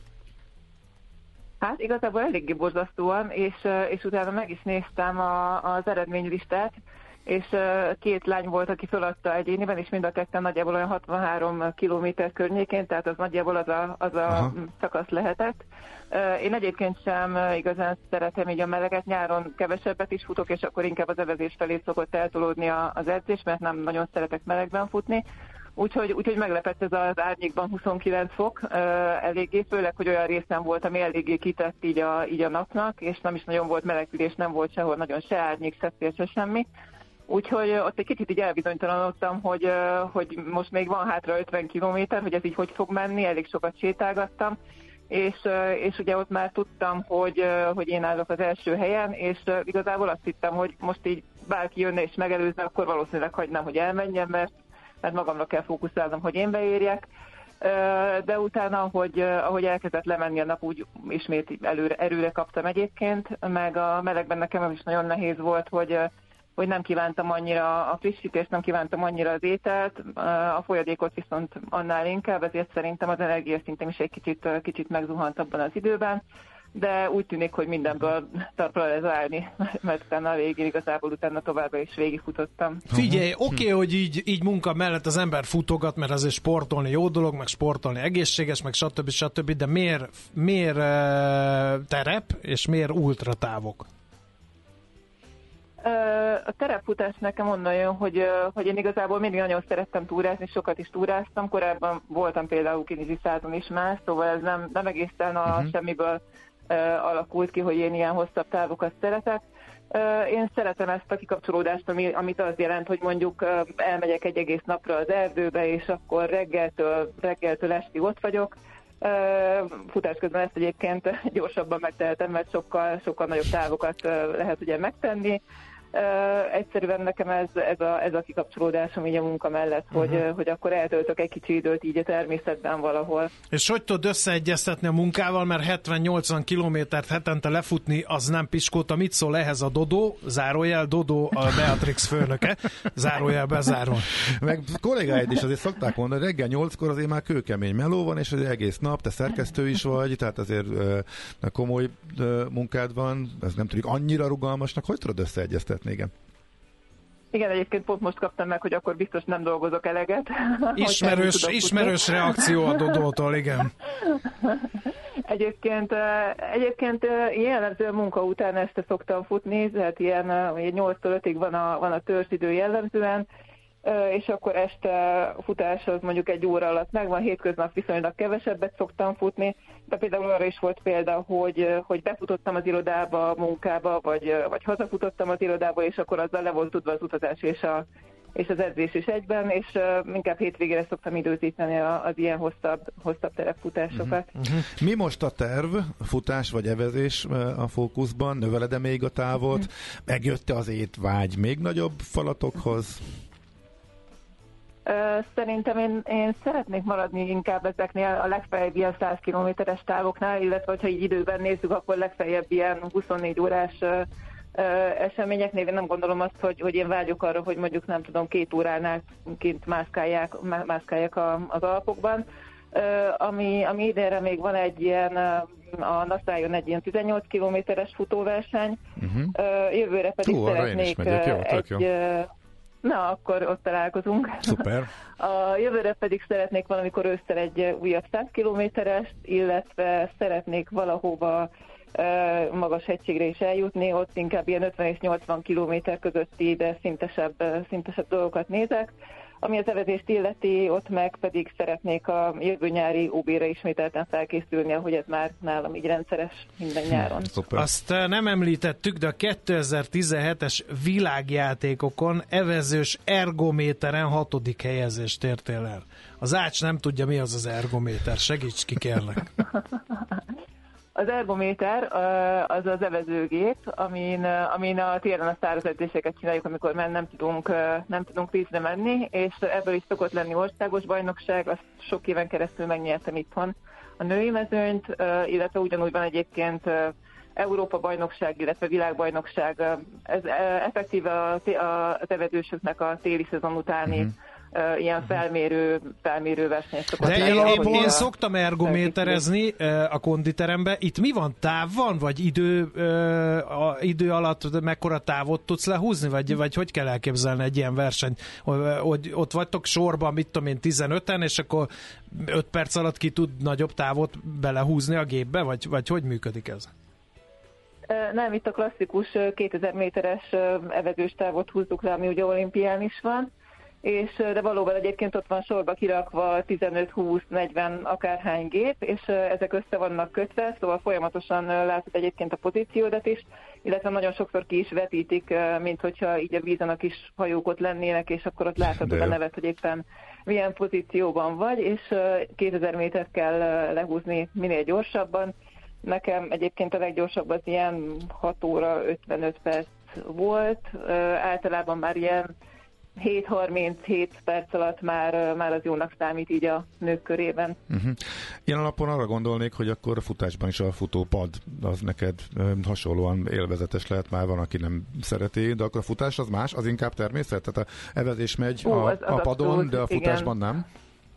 Speaker 7: Hát igazából eléggé borzasztóan, és, és utána meg is néztem a, az eredménylistát, és két lány volt, aki föladta egyéniben, és mind a ketten nagyjából olyan hatvanhárom kilométer környékén, tehát az nagyjából az a, az a szakasz lehetett. Én egyébként sem igazán szeretem így a meleget, nyáron kevesebbet is futok, és akkor inkább az evezés felé szokott eltolódni az edzés, mert nem nagyon szeretek melegben futni. Úgyhogy, úgyhogy meglepett ez az árnyékban huszonkilenc fok uh, eléggé, főleg, hogy olyan részen volt, ami eléggé kitett így a, így a napnak, és nem is nagyon volt melegülés, nem volt sehol nagyon se árnyék, se szél, se semmi. Úgyhogy ott egy kicsit így elbizonytalanodtam, hogy, uh, hogy most még van hátra ötven kilométer, hogy ez így hogy fog menni, elég sokat sétálgattam, és, uh, és ugye ott már tudtam, hogy, uh, hogy én állok az első helyen, és uh, igazából azt hittem, hogy most így bárki jönne és megelőzne, akkor valószínűleg hagynám, hogy elmenjen, mert mert magamra kell fókuszálnom, hogy én beérjek, de utána, ahogy, ahogy elkezdett lemenni a nap, úgy ismét előre, erőre kaptam egyébként, meg a melegben nekem is nagyon nehéz volt, hogy, hogy nem kívántam annyira a frissítést, nem kívántam annyira az ételt, a folyadékot viszont annál inkább, ezért szerintem az energiaszintem is egy kicsit, kicsit megzuhant abban az időben, de úgy tűnik, hogy mindenből talpra lesz állni, mert utána a végén igazából utána továbbra is végigfutottam.
Speaker 4: Figyelj, oké, okay, hogy így, így munka mellett az ember futogat, mert azért sportolni jó dolog, meg sportolni egészséges, meg stb. stb. De miért, miért terep, és miért ultratávok?
Speaker 7: A terepfutás nekem onnan jön, hogy, hogy én igazából mindig nagyon szerettem túrázni, sokat is túráztam, korábban voltam például Kinizsiszádon is más, szóval ez nem, nem egészen a uh-huh. semmiből uh, alakult ki, hogy én ilyen hosszabb távokat szeretek. Uh, én szeretem ezt a kikapcsolódást, ami, amit az jelent, hogy mondjuk uh, elmegyek egy egész napra az erdőbe, és akkor reggeltől, reggeltől estig ott vagyok. Uh, futás közben ezt egyébként gyorsabban megtehetem, mert sokkal, sokkal nagyobb távokat uh, lehet ugye megtenni. Uh, egyszerűen nekem ez, ez, a, ez a kikapcsolódás, ami a munka mellett, uh-huh. hogy, hogy akkor eltöltök egy kicsi időt így a természetben valahol.
Speaker 4: És hogy tudod összeegyeztetni a munkával, mert hetven-nyolcvan kilométert hetente lefutni, az nem piskóta. Mit szól ehhez a Dodó? Zárójel, Dodó a Beatrix főnöke, zárójel bezárva.
Speaker 5: Meg kollégáid is azért szokták mondani, hogy reggel nyolckor azért már kőkemény meló van, és az egész nap, te szerkesztő is vagy, tehát azért uh, komoly uh, munkád van, ez nem tudjuk annyira rugalmasnak, hogy tudod összeegyeztetni? Igen.
Speaker 7: Igen, egyébként pont most kaptam meg, hogy akkor biztos nem dolgozok eleget.
Speaker 4: Ismerős, ismerős reakció a Dodótól, igen.
Speaker 7: Egyébként, egyébként jellemző munka után este szoktam futni, tehát ilyen nyolctól ötig van a, van a törzsidő jellemzően, és akkor este futás az mondjuk egy óra alatt megvan, hétköznap viszonylag kevesebbet szoktam futni, de például arra is volt példa, hogy, hogy befutottam az irodába, a munkába, vagy, vagy hazafutottam az irodába, és akkor azzal le volt tudva az utazás és, a, és az edzés is egyben, és inkább hétvégére szoktam időzíteni az ilyen hosszabb, hosszabb terepfutásokat.
Speaker 5: Uh-huh. Mi most a terv? Futás vagy evezés a fókuszban? Növeled-e még a távot? Uh-huh. Megjött-e az étvágy még nagyobb falatokhoz?
Speaker 7: Szerintem én, én szeretnék maradni inkább ezeknél a legfeljebb ilyen száz kilométeres távoknál, illetve ha így időben nézzük, akkor legfeljebb ilyen huszonnégy órás eseményeknél. Én nem gondolom azt, hogy, hogy én vágyok arra, hogy mondjuk nem tudom, két óránál kint mászkálják, mászkálják az Alpokban. Ami, ami idénre még van egy ilyen, a naszájon egy ilyen tizennyolc kilométeres futóverseny, uh-huh. Jövőre pedig Hú, szeretnék megyek, jó, egy... Jó. Na, akkor ott találkozunk.
Speaker 5: Szuper.
Speaker 7: A jövőre pedig szeretnék valamikor ősszel egy újabb száz kilométerest, illetve szeretnék valahova e, magas hegységre is eljutni, ott inkább ilyen ötven és nyolcvan kilométer közötti, de szintesebb, szintesebb dolgokat nézek. Ami az evezést illeti, ott meg pedig szeretnék a jövő nyári ó bé-re ismételten felkészülni, ahogy ez már nálam így rendszeres minden nyáron.
Speaker 4: Szuper. Azt nem említettük, de a kétezer-tizenhetes világjátékokon evezős ergométeren hatodik helyezést értél el. Az Ács nem tudja, mi az az ergométer. Segíts ki, kérlek.
Speaker 7: Az ergométer az az evezőgép, amin, amin a téren a száraz edzéseket csináljuk, amikor már nem tudunk, nem tudunk vízre menni, és ebből is szokott lenni országos bajnokság, azt sok éven keresztül megnyertem itthon a női mezőnyt, illetve ugyanúgy van egyébként Európa bajnokság, illetve világbajnokság. Ez effektíve az evezősöknek a téli szezon utáni uh-huh. Uh, ilyen felmérő, felmérő versenyek.
Speaker 4: De én, én, én szoktam ergométerezni uh, a konditerembe. Itt mi van? Táv van? Vagy idő, uh, a, idő alatt mekkora távot tudsz lehúzni? Vagy, vagy hogy kell elképzelni egy ilyen versenyt? Hogy ott vagytok sorban, mit tudom én, tizenöten, és akkor öt perc alatt ki tud nagyobb távot belehúzni a gépbe? Vagy, vagy hogy működik ez?
Speaker 7: Uh, nem, itt a klasszikus kétezer méteres uh, evezős távot húzzuk le, ami ugye olimpián is van. és de valóban egyébként ott van sorba kirakva tizenöt, húsz, negyven akárhány gép, és ezek össze vannak kötve, szóval folyamatosan látod egyébként a pozíciódat is, illetve nagyon sokszor ki is vetítik, mint hogyha így a vízen a kis hajók ott lennének, és akkor ott láthatod a nevet, hogy éppen milyen pozícióban vagy, és kétezer métert kell lehúzni minél gyorsabban. Nekem egyébként a leggyorsabb az ilyen hat óra ötvenöt perc volt, általában már ilyen hét harminchét perc alatt már, már az jónak számít így a nők körében.
Speaker 5: Uh-huh. Ilyen alapon arra gondolnék, hogy akkor futásban is a futópad az neked hasonlóan élvezetes lehet, már van, aki nem szereti, de akkor a futás az más, az inkább természet? Tehát a evezés megy Ó, a, az, az a padon, abszolút, de a futásban igen. nem?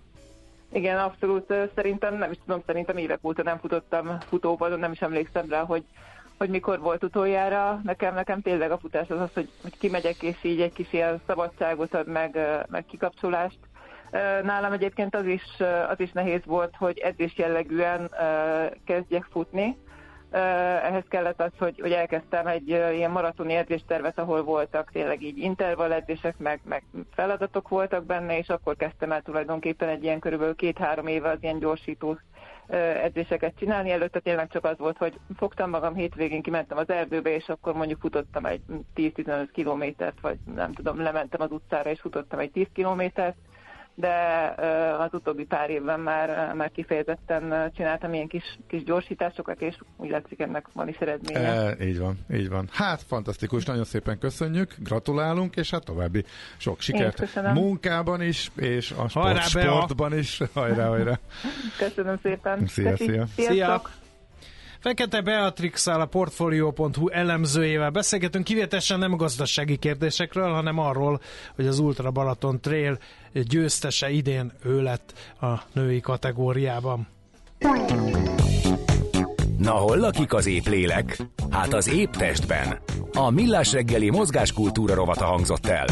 Speaker 7: Igen, abszolút. Szerintem, nem is tudom, szerintem évek óta nem futottam futópadon, nem is emlékszem rá, hogy hogy mikor volt utoljára. Nekem, nekem tényleg a futás az az, hogy, hogy kimegyek, és így egy kis ilyen szabadságot ad, meg, meg kikapcsolást. Nálam egyébként az is, az is nehéz volt, hogy edzés jellegűen kezdjek futni. Ehhez kellett az, hogy, hogy elkezdtem egy ilyen maratoni edzéstervet, ahol voltak tényleg így intervall edzések, meg, meg feladatok voltak benne, és akkor kezdtem el tulajdonképpen egy ilyen körülbelül két-három éve az ilyen gyorsító edzéseket csinálni. Előtte tényleg csak az volt, hogy fogtam magam, hétvégén kimentem az erdőbe, és akkor mondjuk futottam egy tíz-tizenöt kilométert, vagy nem tudom, lementem az utcára, és futottam egy tíz kilométert, de az utóbbi pár évben már, már kifejezetten csináltam ilyen kis, kis gyorsításokat, és úgy látszik, ennek van is eredménye.
Speaker 5: E, így van, így van. Hát fantasztikus, nagyon szépen köszönjük, gratulálunk, és hát további sok sikert munkában is, és a sport, hajrá, sportban is. Hajrá, hajrá!
Speaker 7: Köszönöm szépen!
Speaker 5: Szia, szia!
Speaker 4: Szia! Fekete Beatrixál, a Portfolio pont hu elemzőjével beszélgetünk, kivételesen nem gazdasági kérdésekről, hanem arról, hogy az Ultra Balaton Trail győztese idén ő lett a női kategóriában.
Speaker 1: Na hol lakik az épp lélek? Hát az épp testben. A Millás reggeli mozgáskultúra rovata hangzott el.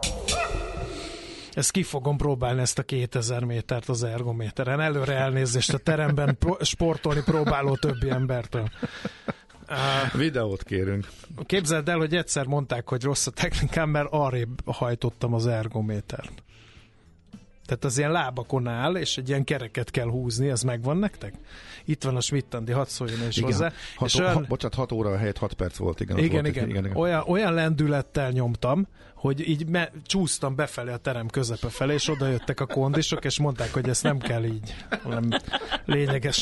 Speaker 4: Ezt ki fogom próbálni, ezt a kétezer métert az ergométeren. Előre elnézést a teremben pro- sportolni próbáló többi embertől.
Speaker 5: Uh, Videót kérünk.
Speaker 4: Képzeld el, hogy egyszer mondták, hogy rossz a technikám, mert arrébb hajtottam az ergométert. Tehát az ilyen lábakon áll, és egy ilyen kereket kell húzni, ez megvan nektek? Itt van a Schmidt-Andi, hadd szóljon is hozzá.
Speaker 5: Hat, és olyan, hat, bocsánat, hat óra helyett hat perc volt. Igen,
Speaker 4: igen,
Speaker 5: volt
Speaker 4: igen.
Speaker 5: igen, igen.
Speaker 4: Olyan, olyan lendülettel nyomtam, hogy így me, csúsztam befelé a terem közepe felé, és oda jöttek a kondisok, és mondták, hogy ezt nem kell így, hanem lényeges.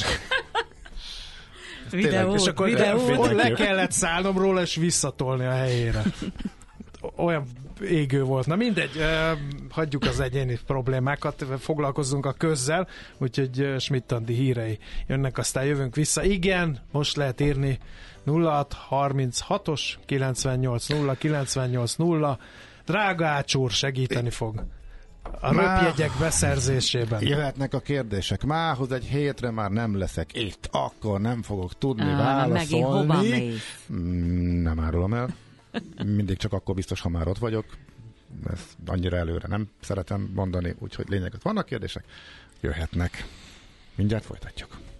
Speaker 8: Videó,
Speaker 4: és akkor
Speaker 8: videó.
Speaker 4: le kellett szállnom róla, és visszatolni a helyére. Olyan égő volt. Na mindegy, hagyjuk az egyéni problémákat, foglalkozzunk a közzel, úgyhogy Schmidt-Andi hírei jönnek, aztán jövünk vissza. Igen, most lehet írni nulla hat harminchatos kilencvennyolc nulla kilencvennyolc nulla. Drága Ácsúr segíteni fog a röpjegyek beszerzésében.
Speaker 5: Jöhetnek a kérdések. Mához egy hétre már nem leszek itt, akkor nem fogok tudni Á, válaszolni.
Speaker 8: Megint hova mész?
Speaker 5: Nem árulom el. Mindig csak akkor biztos, ha már ott vagyok. Ezt annyira előre nem szeretem mondani, úgyhogy lényeg, hogy vannak kérdések, jöhetnek. Mindjárt folytatjuk.